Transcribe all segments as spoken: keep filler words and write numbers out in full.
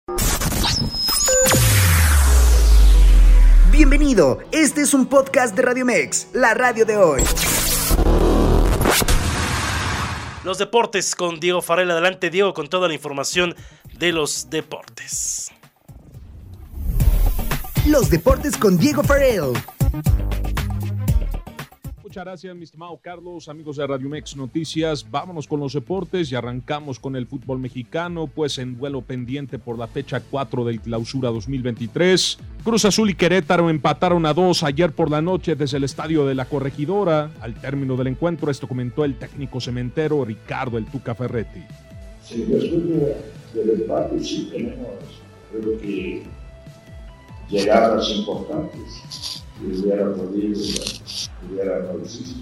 Bienvenido, este es un podcast de Radio Mex, la radio de hoy. Los deportes con Diego Farrell. Adelante, Diego, con toda la información de los deportes. Los deportes con Diego Farrell. Muchas gracias, mi estimado Carlos, amigos de Radio Mex Noticias. Vámonos con los deportes y arrancamos con el fútbol mexicano, pues en duelo pendiente por la fecha cuatro del Clausura dos mil veintitrés. Cruz Azul y Querétaro empataron a dos ayer por la noche desde el estadio de la Corregidora. Al término del encuentro, esto comentó el técnico cementero Ricardo El Tuca Ferretti. Sí, después de, del empate sí tenemos, creo que, llegadas importantes. Si hubiera podido, hubiera no existido.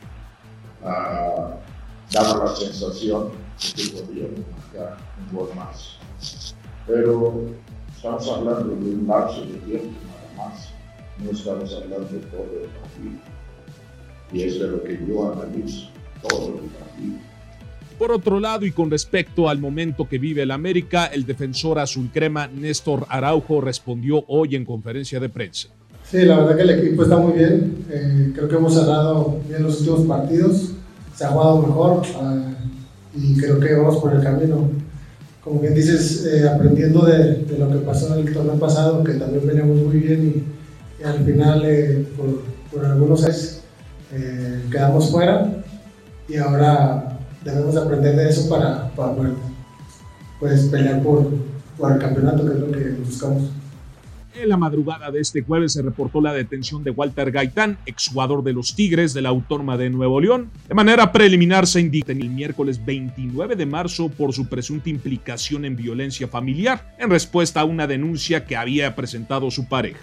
Ah, daba la sensación de que podíamos marcar un gol más. Pero estamos hablando de un lapso de tiempo nada más. No estamos hablando de todo el partido. Y es de lo que yo analizo, todo el partido. Por otro lado, y con respecto al momento que vive el América, el defensor azulcrema Néstor Araujo respondió hoy en conferencia de prensa. Sí, la verdad que el equipo está muy bien, eh, creo que hemos cerrado bien los últimos partidos, se ha jugado mejor uh, y creo que vamos por el camino. Como bien dices, eh, aprendiendo de, de lo que pasó en el torneo pasado, que también veníamos muy bien y, y al final eh, por, por algunos años eh, quedamos fuera y ahora debemos aprender de eso para, para poder pues, pelear por, por el campeonato, que es lo que buscamos. En la madrugada de este jueves se reportó la detención de Walter Gaitán, exjugador de los Tigres de la Autónoma de Nuevo León. De manera preliminar se indica el miércoles veintinueve de marzo por su presunta implicación en violencia familiar, en respuesta a una denuncia que había presentado su pareja.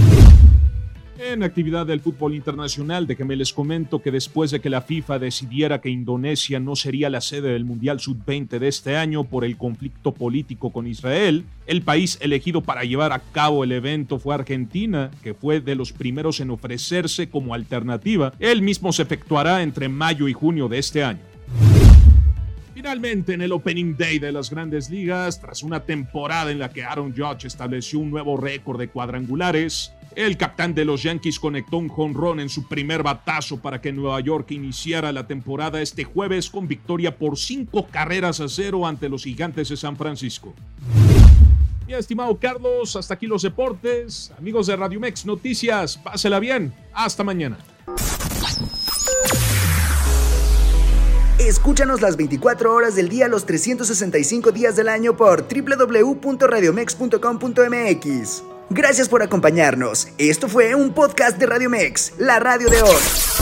En actividad del fútbol internacional, déjenme les comento que después de que la FIFA decidiera que Indonesia no sería la sede del Mundial sub veinte de este año por el conflicto político con Israel, el país elegido para llevar a cabo el evento fue Argentina, que fue de los primeros en ofrecerse como alternativa. El mismo se efectuará entre mayo y junio de este año. Finalmente, en el Opening Day de las Grandes Ligas, tras una temporada en la que Aaron Judge estableció un nuevo récord de cuadrangulares, el capitán de los Yankees conectó un jonrón en su primer batazo para que Nueva York iniciara la temporada este jueves con victoria por cinco carreras a cero ante los Gigantes de San Francisco. Mi estimado Carlos, hasta aquí los deportes. Amigos de Radio Mex Noticias, pásela bien. Hasta mañana. Escúchanos las veinticuatro horas del día, los trescientos sesenta y cinco días del año por doble u doble u doble u punto radiomex punto com punto m x. Gracias por acompañarnos. Esto fue un podcast de Radio Mex, la radio de hoy.